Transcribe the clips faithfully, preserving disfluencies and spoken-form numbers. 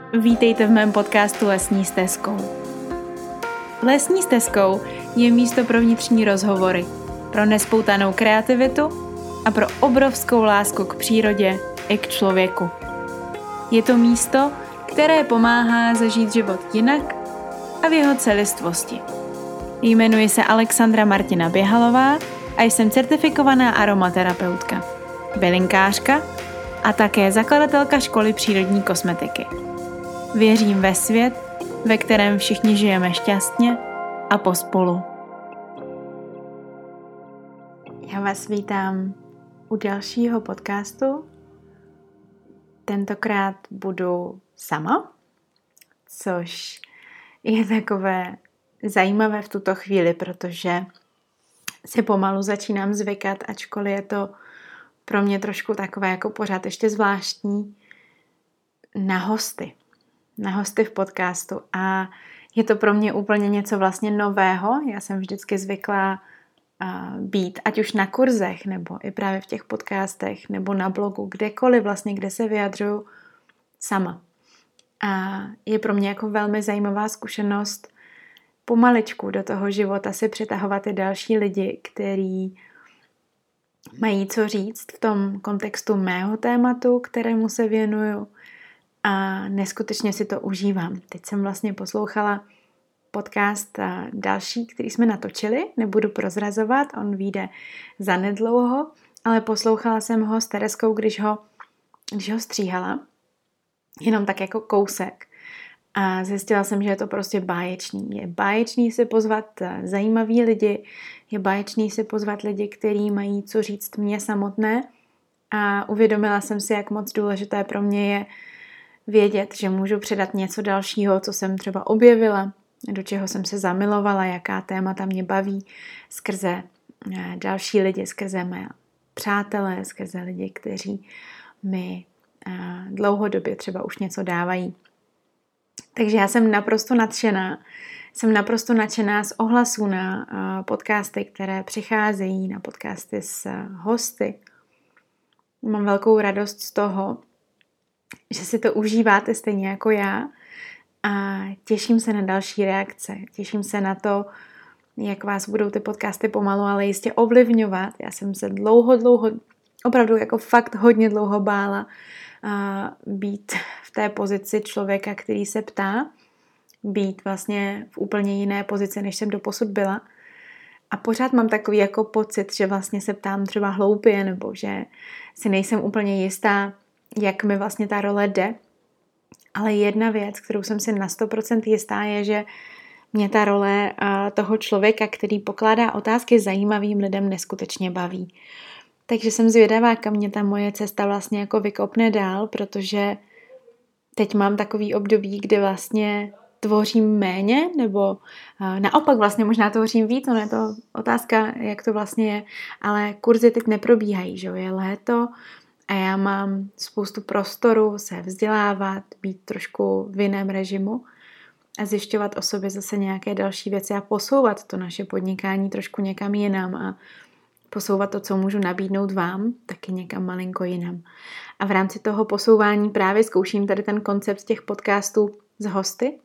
Vítejte v mém podcastu Lesní stezkou. Lesní stezkou je místo pro vnitřní rozhovory, pro nespoutanou kreativitu a pro obrovskou lásku k přírodě i k člověku. Je to místo, které pomáhá zažít život jinak a v jeho celistvosti. Jmenuji se Alexandra Martina Běhalová a jsem certifikovaná aromaterapeutka, bylinkářka a také zakladatelka školy přírodní kosmetiky. Věřím ve svět, ve kterém všichni žijeme šťastně a pospolu. Já vás vítám u dalšího podcastu. Tentokrát budu sama, což je takové zajímavé v tuto chvíli, protože si pomalu začínám zvykat, ačkoliv je to pro mě trošku takové jako pořád ještě zvláštní, na hosty. na hosty v podcastu a je to pro mě úplně něco vlastně nového. Já jsem vždycky zvyklá uh, být, ať už na kurzech, nebo i právě v těch podcastech, nebo na blogu, kdekoliv vlastně, kde se vyjadřuju sama. A je pro mě jako velmi zajímavá zkušenost pomaličku do toho života si přitahovat i další lidi, kteří mají co říct v tom kontextu mého tématu, kterému se věnuju. A neskutečně si to užívám. Teď jsem vlastně poslouchala podcast další, který jsme natočili, nebudu prozrazovat, on vyjde zanedlouho, ale poslouchala jsem ho s Tereskou, když ho, když ho stříhala, jenom tak jako kousek. A zjistila jsem, že je to prostě báječný. Je báječný si pozvat zajímavý lidi, je báječný si pozvat lidi, kteří mají co říct mně samotné a uvědomila jsem si, jak moc důležité pro mě je vědět, že můžu předat něco dalšího, co jsem třeba objevila, do čeho jsem se zamilovala, jaká témata mě baví, skrze další lidi, skrze mé přátelé, skrze lidi, kteří mi dlouhodobě třeba už něco dávají. Takže já jsem naprosto nadšená. Jsem naprosto nadšená z ohlasů na podcasty, které přicházejí, na podcasty s hosty. Mám velkou radost z toho, že si to užíváte stejně jako já a těším se na další reakce. Těším se na to, jak vás budou ty podcasty pomalu, ale jistě ovlivňovat. Já jsem se dlouho, dlouho, opravdu jako fakt hodně dlouho bála a být v té pozici člověka, který se ptá, být vlastně v úplně jiné pozici, než jsem doposud byla. A pořád mám takový jako pocit, že vlastně se ptám třeba hloupě, nebo že si nejsem úplně jistá, jak mi vlastně ta role jde. Ale jedna věc, kterou jsem si na sto procent jistá, je, že mě ta role toho člověka, který pokládá otázky zajímavým lidem, neskutečně baví. Takže jsem zvědavá, kam mě ta moje cesta vlastně jako vykopne dál, protože teď mám takový období, kdy vlastně tvořím méně, nebo naopak vlastně možná tvořím víc, no je to otázka, jak to vlastně je, ale kurzy teď neprobíhají, že jo, je léto, a já mám spoustu prostoru se vzdělávat, být trošku v jiném režimu a zjišťovat o sobě zase nějaké další věci a posouvat to naše podnikání trošku někam jinam a posouvat to, co můžu nabídnout vám, taky někam malinko jinam. A v rámci toho posouvání právě zkouším tady ten koncept těch podcastů s hosty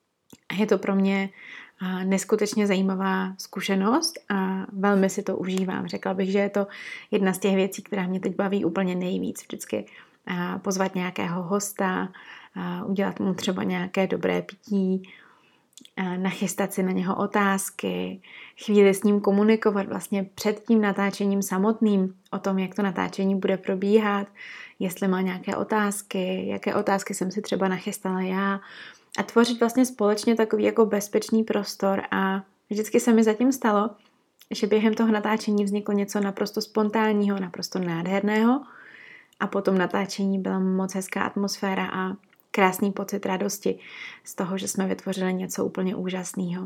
a je to pro mě neskutečně zajímavá zkušenost a velmi si to užívám. Řekla bych, že je to jedna z těch věcí, která mě teď baví úplně nejvíc. Vždycky pozvat nějakého hosta, udělat mu třeba nějaké dobré pití, nachystat si na něho otázky, chvíli s ním komunikovat vlastně před tím natáčením samotným o tom, jak to natáčení bude probíhat, jestli má nějaké otázky, jaké otázky jsem si třeba nachystala já, a tvořit vlastně společně takový jako bezpečný prostor a vždycky se mi zatím stalo, že během toho natáčení vzniklo něco naprosto spontánního, naprosto nádherného a po tom natáčení byla moc hezká atmosféra a krásný pocit radosti z toho, že jsme vytvořili něco úplně úžasného.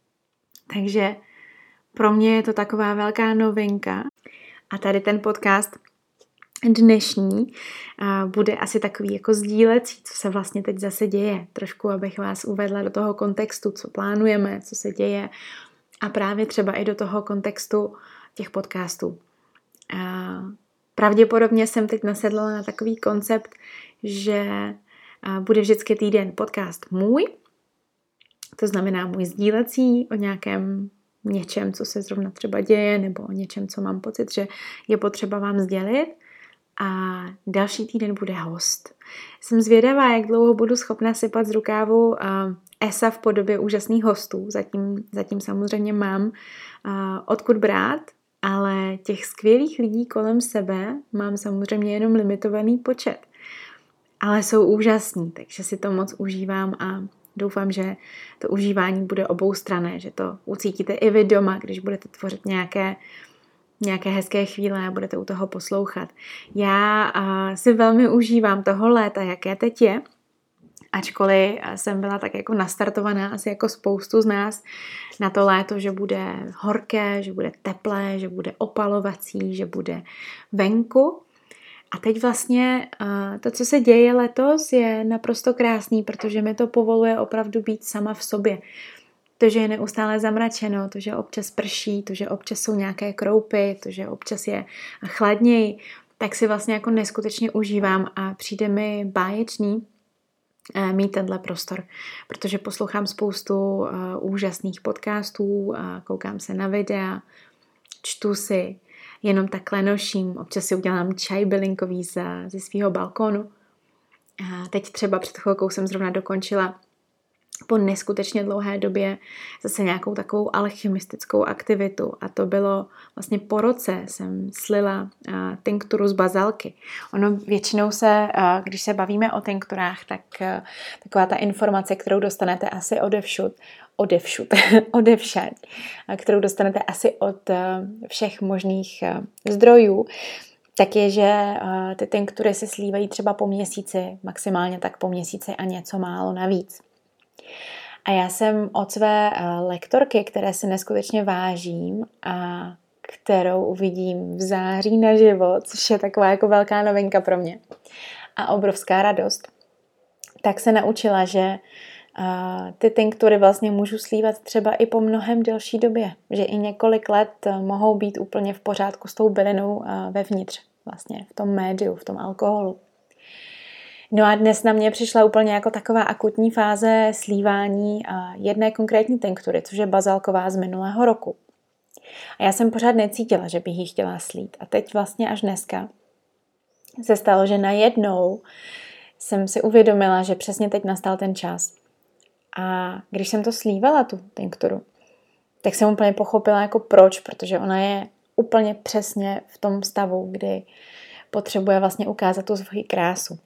Takže pro mě je to taková velká novinka a tady ten podcast dnešní bude asi takový jako sdílecí, co se vlastně teď zase děje. Trošku, abych vás uvedla do toho kontextu, co plánujeme, co se děje a právě třeba i do toho kontextu těch podcastů. Pravděpodobně jsem teď nasedla na takový koncept, že bude vždycky týden podcast můj, to znamená můj sdílecí o nějakém něčem, co se zrovna třeba děje, nebo o něčem, co mám pocit, že je potřeba vám sdělit. A další týden bude host. Jsem zvědavá, jak dlouho budu schopna sypat z rukávu uh, esa v podobě úžasných hostů. Zatím, zatím samozřejmě mám uh, odkud brát, ale těch skvělých lidí kolem sebe mám samozřejmě jenom limitovaný počet. Ale jsou úžasní, takže si to moc užívám a doufám, že to užívání bude oboustranné, že to ucítíte i vy doma, když budete tvořit nějaké nějaké hezké chvíle a budete u toho poslouchat. Já uh, si velmi užívám toho léta, jaké teď je, ačkoliv jsem byla tak jako nastartovaná asi jako spoustu z nás na to léto, že bude horké, že bude teplé, že bude opalovací, že bude venku. A teď vlastně uh, to, co se děje letos, je naprosto krásný, protože mi to povoluje opravdu být sama v sobě. To, že je neustále zamračeno, to, že občas prší, to, že občas jsou nějaké kroupy, to, že občas je chladněji, tak si vlastně jako neskutečně užívám a přijde mi báječný mít tenhle prostor, protože poslouchám spoustu úžasných podcastů, koukám se na videa, čtu si, jenom takhle noším, občas si udělám čaj bylinkový ze svého balkónu. A teď třeba před chvilkou jsem zrovna dokončila po neskutečně dlouhé době zase nějakou takovou alchymistickou aktivitu a to bylo vlastně po roce jsem slila uh, tinkturu z bazalky. Ono většinou se, uh, když se bavíme o tinkturách, tak uh, taková ta informace, kterou dostanete asi odevšud, odevšud, odevšad, kterou dostanete asi od uh, všech možných uh, zdrojů, tak je, že uh, ty tinktury se slívají třeba po měsíci, maximálně tak po měsíci a něco málo navíc. A já jsem od své lektorky, které si neskutečně vážím a kterou uvidím v září naživo, což je taková jako velká novinka pro mě a obrovská radost, tak se naučila, že ty tinktury vlastně můžu slívat třeba i po mnohem delší době, že i několik let mohou být úplně v pořádku s tou bylinou vevnitř, vlastně v tom médiu, v tom alkoholu. No a dnes na mě přišla úplně jako taková akutní fáze slívání jedné konkrétní tinktury, což je bazalková z minulého roku. A já jsem pořád necítila, že bych ji chtěla slít. A teď vlastně až dneska se stalo, že najednou jsem si uvědomila, že přesně teď nastal ten čas. A když jsem to slívala, tu tinkturu, tak jsem úplně pochopila jako proč, protože ona je úplně přesně v tom stavu, kdy potřebuje vlastně ukázat tu svoji krásu.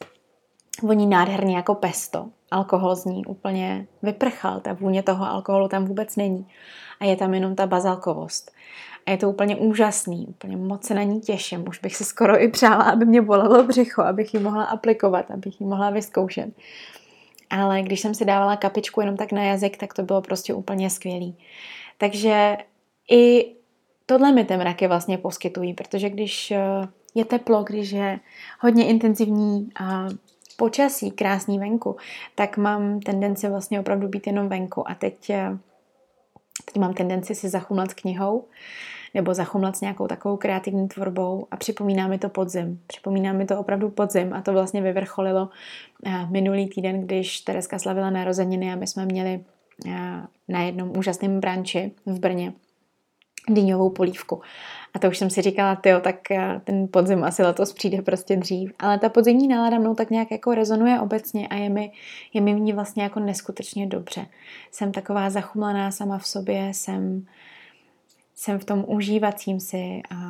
Voní nádherně jako pesto. Alkohol z ní úplně vyprchal. Ta vůně toho alkoholu tam vůbec není. A je tam jenom ta bazalkovost. A je to úplně úžasný. Úplně moc se na ní těším. Už bych se skoro i přála, aby mě bolelo břicho, abych ji mohla aplikovat, abych ji mohla vyzkoušet. Ale když jsem si dávala kapičku jenom tak na jazyk, tak to bylo prostě úplně skvělý. Takže i tohle mi ty mraky vlastně poskytují, protože když je teplo, když je hodně intenzivní počasí, krásný venku, tak mám tendenci vlastně opravdu být jenom venku. A teď, teď mám tendenci si zachumlat s knihou nebo zachumlat s nějakou takovou kreativní tvorbou a připomíná mi to podzim. Připomíná mi to opravdu podzim a to vlastně vyvrcholilo minulý týden, když Tereska slavila narozeniny a my jsme měli na jednom úžasném branči v Brně dyňovou polívku. A to už jsem si říkala, tyjo, tak ten podzim asi letos přijde prostě dřív. Ale ta podzimní nálada mnou tak nějak jako rezonuje obecně a je mi, je mi v ní vlastně jako neskutečně dobře. Jsem taková zachumlaná sama v sobě, jsem, jsem v tom užívacím si a,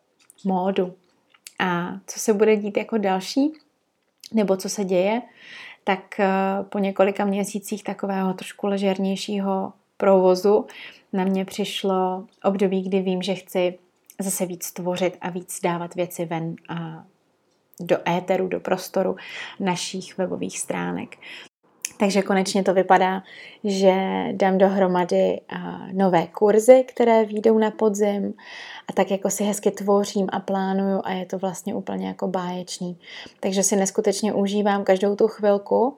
módu. A co se bude dít jako další, nebo co se děje, tak po několika měsících takového trošku ležernějšího provozu na mě přišlo období, kdy vím, že chci zase víc tvořit a víc dávat věci ven a do éteru, do prostoru našich webových stránek. Takže konečně to vypadá, že dám dohromady nové kurzy, které vyjdou na podzim a tak jako si hezky tvořím a plánuju a je to vlastně úplně jako báječný. Takže si neskutečně užívám každou tu chvilku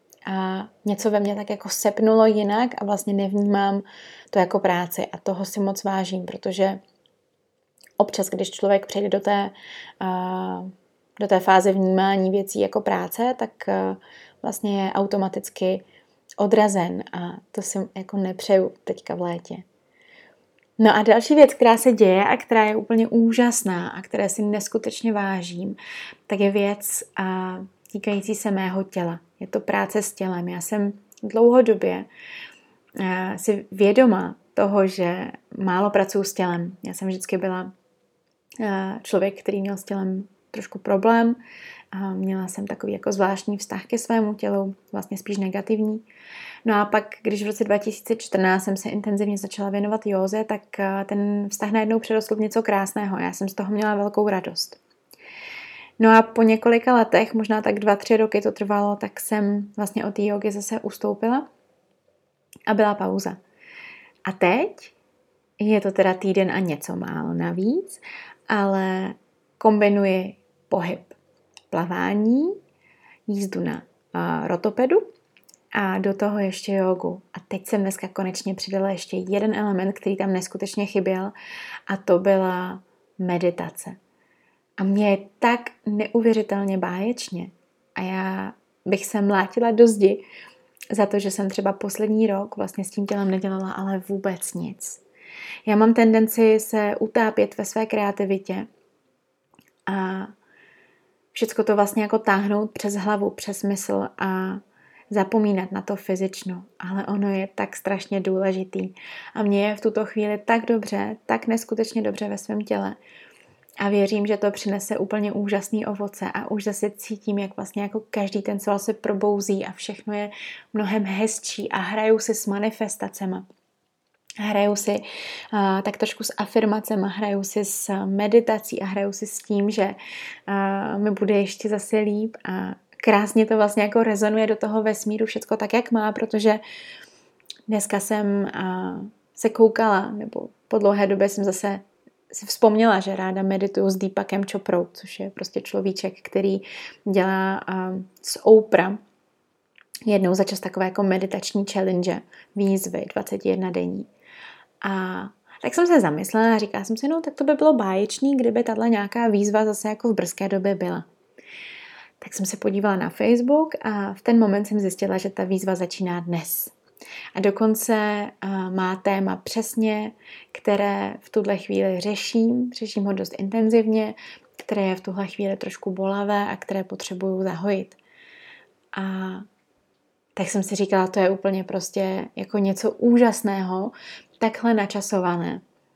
a něco ve mně tak jako sepnulo jinak a vlastně nevnímám to jako práci a toho si moc vážím, protože občas, když člověk přejde do té, do té fáze vnímání věcí jako práce, tak vlastně je automaticky odrazen a to si jako nepřeju teďka v létě. No a další věc, která se děje a která je úplně úžasná a které si neskutečně vážím, tak je věc a, týkající se mého těla. Je to práce s tělem. Já jsem dlouhodobě a, si vědoma toho, že málo pracuji s tělem. Já jsem vždycky byla a, člověk, který měl s tělem trošku problém. A měla jsem takový jako zvláštní vztah ke svému tělu, vlastně spíš negativní. No a pak, když v roce dva tisíce čtrnáct jsem se intenzivně začala věnovat józe, tak ten vztah najednou přerostl v něco krásného. Já jsem z toho měla velkou radost. No a po několika letech, možná tak dva, tři roky to trvalo, tak jsem vlastně od té jógy zase ustoupila a byla pauza. A teď je to teda týden a něco málo navíc, ale kombinuji pohyb, plavání, jízdu na uh, rotopedu a do toho ještě jógu. A teď jsem dneska konečně přidala ještě jeden element, který tam neskutečně chyběl, a to byla meditace. A mně je tak neuvěřitelně báječně. A já bych se mlátila do zdi za to, že jsem třeba poslední rok vlastně s tím tělem nedělala ale vůbec nic. Já mám tendenci se utápět ve své kreativitě a všecko to vlastně jako táhnout přes hlavu, přes mysl a zapomínat na to fyzično. Ale ono je tak strašně důležitý. A mně je v tuto chvíli tak dobře, tak neskutečně dobře ve svém těle. A věřím, že to přinese úplně úžasný ovoce a už zase cítím, jak vlastně jako každý ten sval se probouzí a všechno je mnohem hezčí a hraju si s manifestacema. Hraju si uh, tak trošku s afirmacema, hraju si s meditací a hraju si s tím, že uh, mi bude ještě zase líp a krásně to vlastně jako rezonuje do toho vesmíru všecko tak, jak má, protože dneska jsem uh, se koukala, nebo po dlouhé době jsem zase si vzpomněla, že ráda medituju s Deepakem Choprou, což je prostě človíček, který dělá uh, s Oprah jednou za čas takové jako meditační challenge, výzvy dvacet jedna denní. A tak jsem se zamyslela a říkala jsem si, no tak to by bylo báječný, kdyby tato nějaká výzva zase jako v brzké době byla. Tak jsem se podívala na Facebook a v ten moment jsem zjistila, že ta výzva začíná dnes. A dokonce uh, má téma přesně, které v tuhle chvíli řeším, řeším ho dost intenzivně, které je v tuhle chvíli trošku bolavé a které potřebuju zahojit. A tak jsem si říkala, to je úplně prostě jako něco úžasného, takhle načasované.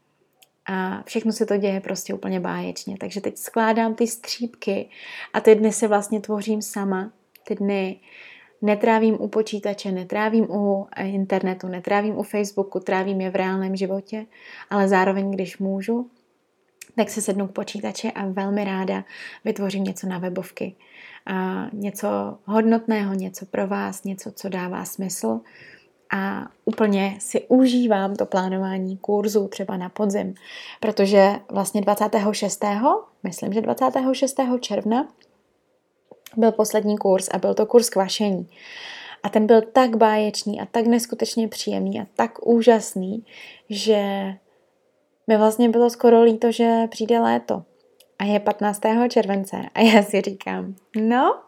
A všechno se to děje prostě úplně báječně. Takže teď skládám ty střípky a ty dny se vlastně tvořím sama. Ty dny netrávím u počítače, netrávím u internetu, netrávím u Facebooku, trávím je v reálném životě, ale zároveň, když můžu, tak se sednu k počítači a velmi ráda vytvořím něco na webovky. A něco hodnotného, něco pro vás, něco, co dává smysl. A úplně si užívám to plánování kurzů třeba na podzim, protože vlastně dvacátého šestého myslím, že dvacátého šestého června byl poslední kurz a byl to kurz kvašení. A ten byl tak báječný a tak neskutečně příjemný a tak úžasný, že mi vlastně bylo skoro líto, že přijde léto. A je patnáctého července a já si říkám, no,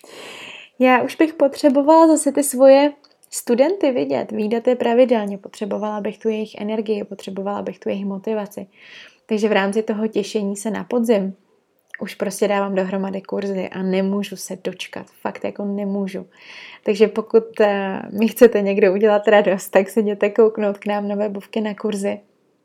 já už bych potřebovala zase ty svoje studenty vidět, vídat je pravidelně, potřebovala bych tu jejich energii, potřebovala bych tu jejich motivaci. Takže v rámci toho těšení se na podzim už prostě dávám dohromady kurzy a nemůžu se dočkat, fakt jako nemůžu. Takže pokud mi chcete někdo udělat radost, tak se jděte kouknout k nám na webovky na kurzy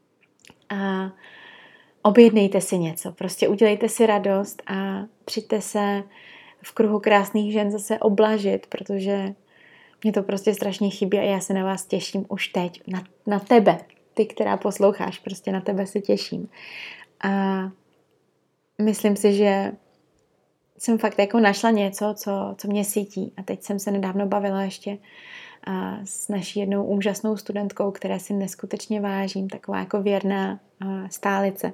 a objednejte si něco, prostě udělejte si radost a přijďte se v kruhu krásných žen zase oblažit, protože mě to prostě strašně chybí a já se na vás těším už teď, na, na tebe, ty, která posloucháš, prostě na tebe se těším. A myslím si, že jsem fakt jako našla něco, co, co mě sítí. A teď jsem se nedávno bavila ještě a s naší jednou úžasnou studentkou, které si neskutečně vážím, taková jako věrná a stálice.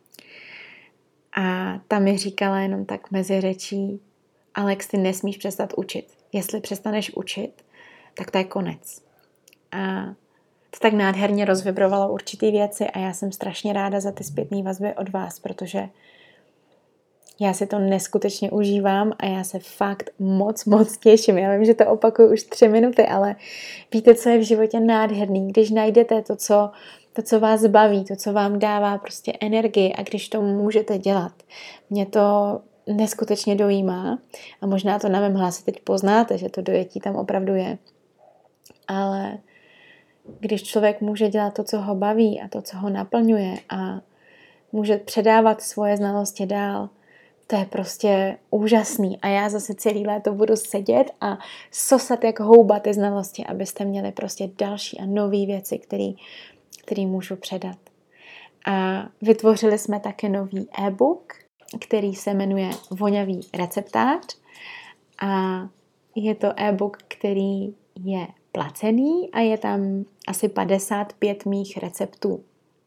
A ta mi říkala jenom tak mezi řečí, Alex, ty nesmíš přestat učit. Jestli přestaneš učit, tak to je konec. A to tak nádherně rozvibrovalo určitý věci a já jsem strašně ráda za ty zpětné vazby od vás, protože Já si to neskutečně užívám a já se fakt moc, moc těším. Já vím, že to opakuju už tři minuty, ale víte, co je v životě nádherný, když najdete to, co, to, co vás baví, to, co vám dává prostě energii a když to můžete dělat. Mě to neskutečně dojímá a možná to na mém hlase teď poznáte, že to dojetí tam opravdu je. Ale když člověk může dělat to, co ho baví a to, co ho naplňuje a může předávat svoje znalosti dál, to je prostě úžasný. A já zase celý léto budu sedět a sosat jak houba ty znalosti, abyste měli prostě další a nové věci, který, který můžu předat. A vytvořili jsme také nový e-book, který se jmenuje Voňavý receptář. A je to e-book, který je placený a je tam asi padesát pět mých receptů.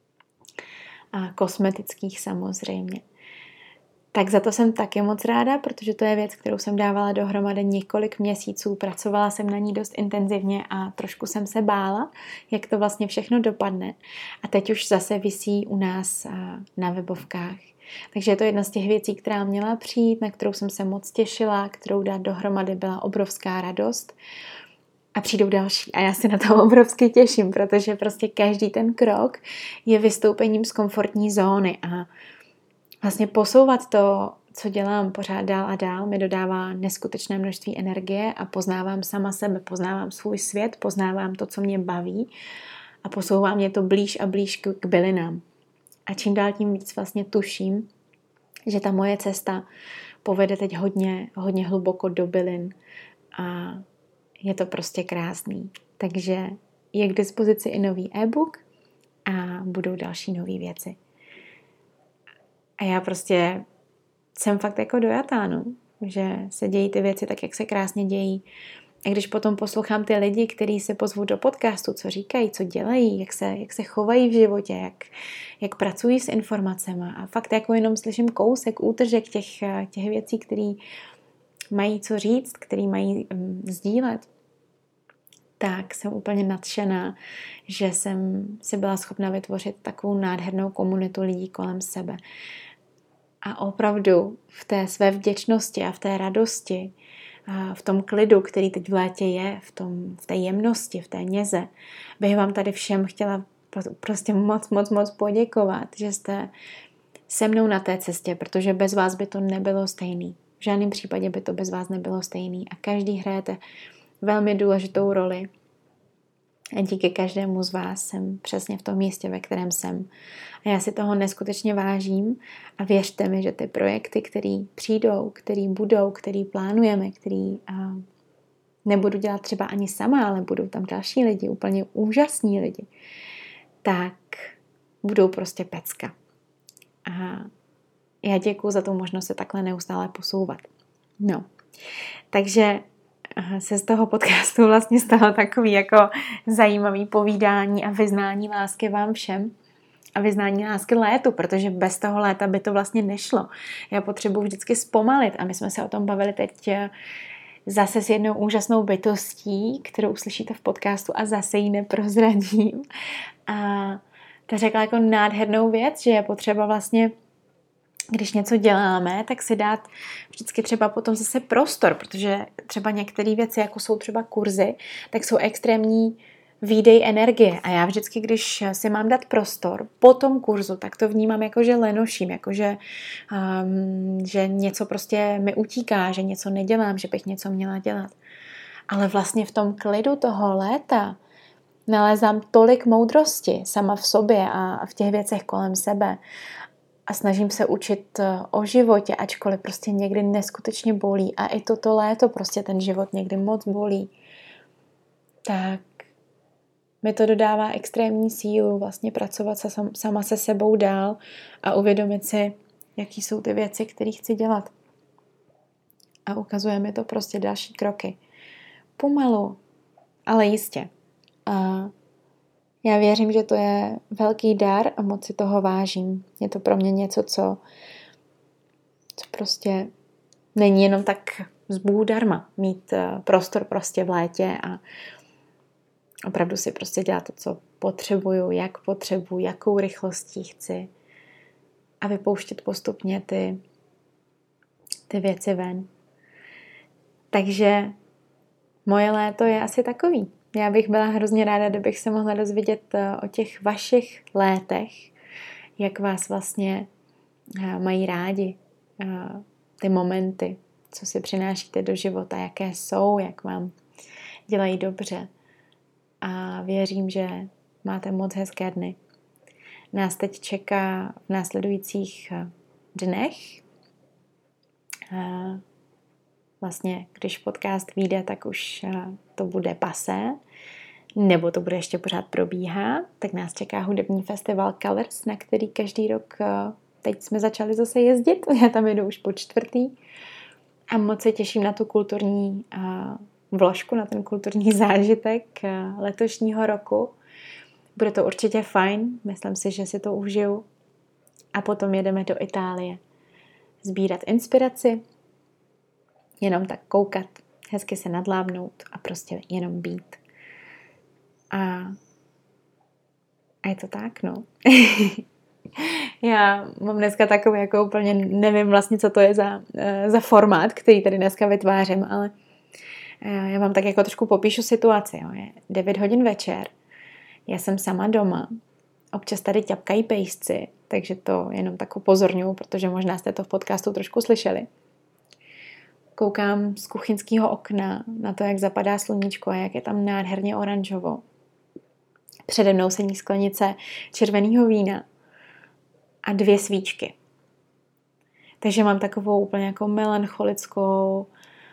A kosmetických samozřejmě. Tak za to jsem taky moc ráda, protože to je věc, kterou jsem dávala dohromady několik měsíců. Pracovala jsem na ní dost intenzivně a trošku jsem se bála, jak to vlastně všechno dopadne. A teď už zase visí u nás na webovkách. Takže je to jedna z těch věcí, která měla přijít, na kterou jsem se moc těšila, kterou dát dohromady byla obrovská radost. A přijdou další. A já se na to obrovsky těším, protože prostě každý ten krok je vystoupením z komfortní zóny a vlastně posouvat to, co dělám pořád dál a dál, mi dodává neskutečné množství energie a poznávám sama sebe, poznávám svůj svět, poznávám to, co mě baví a posouvá mě to blíž a blíž k, k bylinám. A čím dál tím víc vlastně tuším, že ta moje cesta povede teď hodně, hodně hluboko do bylin a je to prostě krásný. Takže je k dispozici i nový e-book a budou další nové věci. A já prostě jsem fakt jako dojatá, no, že se dějí ty věci tak, jak se krásně dějí. A když potom poslouchám ty lidi, kteří se pozvou do podcastu, co říkají, co dělají, jak se, jak se chovají v životě, jak, jak pracují s informacemi a fakt jako jenom slyším kousek, útržek těch, těch věcí, které mají co říct, které mají um, sdílet, tak jsem úplně nadšená, že jsem si byla schopna vytvořit takovou nádhernou komunitu lidí kolem sebe. A opravdu v té své vděčnosti a v té radosti, a v tom klidu, který teď v létě je, v, tom, v té jemnosti, v té něze, bych vám tady všem chtěla prostě moc, moc, moc poděkovat, že jste se mnou na té cestě, protože bez vás by to nebylo stejný. V žádném případě by to bez vás nebylo stejný. A každý hrajete velmi důležitou roli. A díky každému z vás jsem přesně v tom místě, ve kterém jsem. A já si toho neskutečně vážím a věřte mi, že ty projekty, které přijdou, které budou, které plánujeme, které nebudu dělat třeba ani sama, ale budou tam další lidi, úplně úžasní lidi, tak budou prostě pecka. A já děkuju za tu možnost se takhle neustále posouvat. No, takže se z toho podcastu vlastně stalo takový jako zajímavý povídání a vyznání lásky vám všem a vyznání lásky létu, protože bez toho léta by to vlastně nešlo. Já potřebuji vždycky zpomalit a my jsme se o tom bavili teď zase s jednou úžasnou bytostí, kterou uslyšíte v podcastu a zase ji neprozradím. A ta řekla jako nádhernou věc, že je potřeba vlastně, když něco děláme, tak si dát vždycky třeba potom zase prostor, protože třeba některé věci, jako jsou třeba kurzy, tak jsou extrémní výdej energie. A já vždycky, když si mám dát prostor po tom kurzu, tak to vnímám jako, že lenoším, jako, že, um, že něco prostě mi utíká, že něco nedělám, že bych něco měla dělat. Ale vlastně v tom klidu toho léta nalézám tolik moudrosti sama v sobě a v těch věcech kolem sebe. A snažím se učit o životě, ačkoliv prostě někdy neskutečně bolí. A i toto léto prostě ten život někdy moc bolí. Tak mi to dodává extrémní sílu vlastně pracovat se, sama se sebou dál a uvědomit si, jaký jsou ty věci, které chci dělat. A ukazuje mi to prostě další kroky. Pomalu, ale jistě. A já věřím, že to je velký dar a moc si toho vážím. Je to pro mě něco, co, co prostě není jenom tak z Bůhu darma. Mít prostor prostě v létě a opravdu si prostě dělat to, co potřebuju, jak potřebuju, jakou rychlostí chci a vypouštět postupně ty ty věci ven. Takže moje léto je asi takový. Já bych byla hrozně ráda, kdybych se mohla dozvědět o těch vašich létech, jak vás vlastně mají rádi ty momenty, co si přinášíte do života, jaké jsou, jak vám dělají dobře. A věřím, že máte moc hezké dny. Nás teď čeká v následujících dnech. Vlastně, když podcast vyjde, tak už to bude pasé, nebo to bude ještě pořád probíhat, tak nás čeká hudební festival Colors, na který každý rok teď jsme začali zase jezdit. Já tam jedu už po čtvrtý a moc se těším na tu kulturní vložku, na ten kulturní zážitek letošního roku. Bude to určitě fajn, myslím si, že si to užiju. A potom jedeme do Itálie sbírat inspiraci, jenom tak koukat, hezky se nadlábnout a prostě jenom být. A, a je to tak, no. Já mám dneska takový, jako úplně nevím vlastně, co to je za, za formát, který tady dneska vytvářím, ale já vám tak jako trošku popíšu situaci. Jo. Je devět hodin večer, já jsem sama doma, občas tady ťapkají pejsci, takže to jenom tak upozorňuji, protože možná jste to v podcastu trošku slyšeli. Koukám z kuchyňského okna na to, jak zapadá sluníčko a jak je tam nádherně oranžovo. Přede mnou sedí sklenice červeného vína a dvě svíčky. Takže mám takovou úplně jako melancholickou,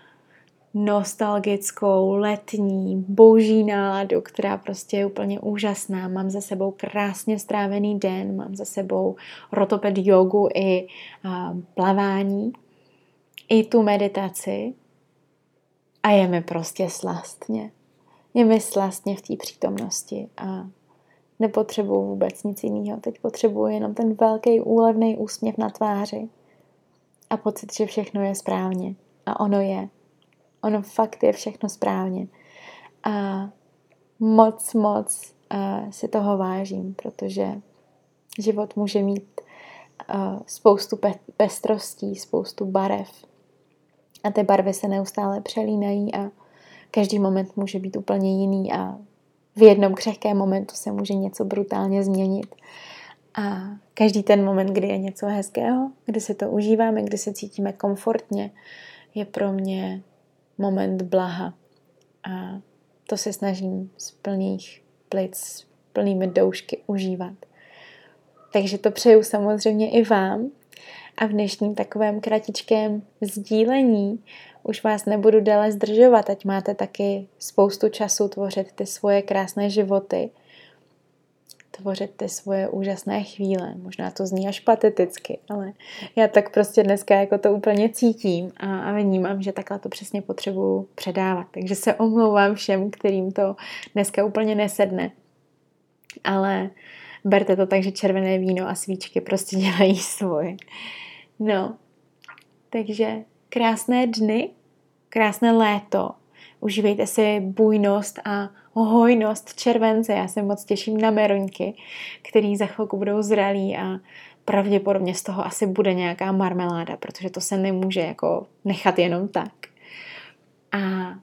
nostalgickou, letní, boží náladu, která prostě je úplně úžasná. Mám za sebou krásně strávený den, mám za sebou rotoped jogu i a, plavání, i tu meditaci a je mi prostě slastně. Je mi slastně v té přítomnosti a nepotřebuju vůbec nic jiného. Teď potřebuju jenom ten velký úlevný úsměv na tváři a pocit, že všechno je správně. A ono je. Ono fakt je všechno správně. A moc, moc uh, si toho vážím, protože život může mít uh, spoustu pe- pestrostí, spoustu barev. A ty barvy se neustále přelínají a každý moment může být úplně jiný a v jednom křehkém momentu se může něco brutálně změnit. A každý ten moment, kdy je něco hezkého, kdy si to užíváme, kdy se cítíme komfortně, je pro mě moment blaha. A to se snažím z plných plic, s plnými doušky užívat. Takže to přeju samozřejmě i vám. A v dnešním takovém kratičkém sdílení už vás nebudu déle zdržovat, ať máte taky spoustu času tvořit ty svoje krásné životy, tvořit ty svoje úžasné chvíle. Možná to zní až pateticky, ale já tak prostě dneska jako to úplně cítím a, a vnímám, že takhle to přesně potřebuju předávat. Takže se omlouvám všem, kterým to dneska úplně nesedne. Ale berte to tak, že červené víno a svíčky prostě dělají svoje. No, takže krásné dny, krásné léto. Užívejte si bujnost a hojnost července. Já se moc těším na meruňky, který za chvilku budou zralí a pravděpodobně z toho asi bude nějaká marmeláda, protože to se nemůže jako nechat jenom tak. A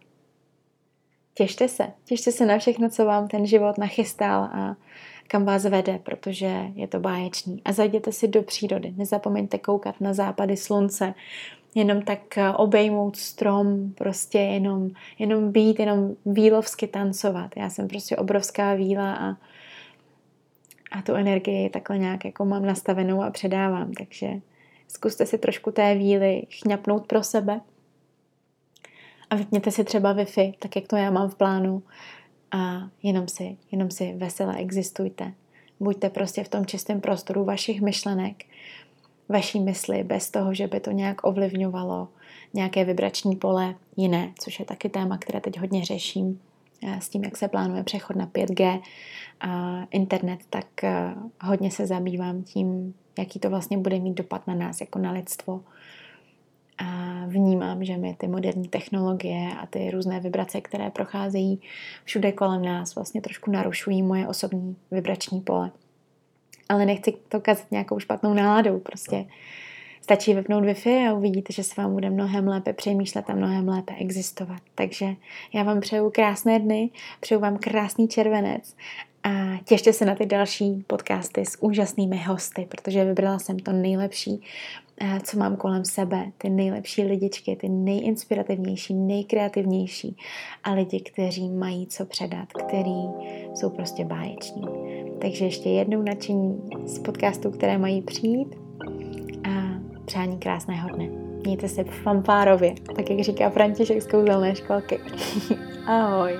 těšte se. Těšte se na všechno, co vám ten život nachystal a kam vás vede, protože je to báječný. A zajděte si do přírody. Nezapomeňte koukat na západy slunce, jenom tak obejmout strom, prostě jenom, jenom být, jenom vílovsky tancovat. Já jsem prostě obrovská víla a, a tu energii takhle nějak jako mám nastavenou a předávám. Takže zkuste si trošku té víly chňapnout pro sebe a vypněte si třeba Wi-Fi, tak jak to já mám v plánu, a jenom si, jenom si vesele existujte. Buďte prostě v tom čistém prostoru vašich myšlenek, vaší mysli, bez toho, že by to nějak ovlivňovalo nějaké vibrační pole jiné, což je taky téma, které teď hodně řeším s tím, jak se plánuje přechod na pět gé a internet, tak hodně se zabývám tím, jaký to vlastně bude mít dopad na nás jako na lidstvo. A vnímám, že mi ty moderní technologie a ty různé vibrace, které procházejí všude kolem nás, vlastně trošku narušují moje osobní vibrační pole. Ale nechci to kazat nějakou špatnou náladou, prostě Stačí vypnout Wi-Fi a uvidíte, že se vám bude mnohem lépe přemýšlet a mnohem lépe existovat. Takže já vám přeju krásné dny, přeju vám krásný červenec a těšte se na ty další podcasty s úžasnými hosty, protože vybrala jsem to nejlepší, co mám kolem sebe, ty nejlepší lidičky, ty nejinspirativnější, nejkreativnější a lidi, kteří mají co předat, kteří jsou prostě báječní. Takže ještě jednou nadšení z podcastů, které mají přijít a přání krásného dne. Mějte se fanfárově, tak jak říká František z kouzelné školky. Ahoj.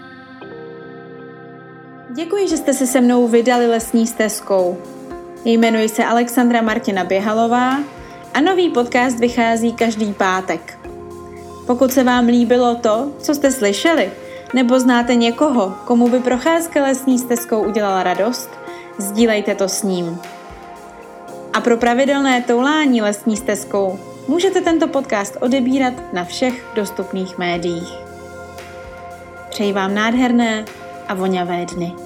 Děkuji, že jste se se mnou vydali lesní stezkou. Jmenuji se Alexandra Martina Běhalová a nový podcast vychází každý pátek. Pokud se vám líbilo to, co jste slyšeli, nebo znáte někoho, komu by procházka lesní stezkou udělala radost, sdílejte to s ním. A pro pravidelné toulání lesní stezkou můžete tento podcast odebírat na všech dostupných médiích. Přeji vám nádherné a voňavé dny.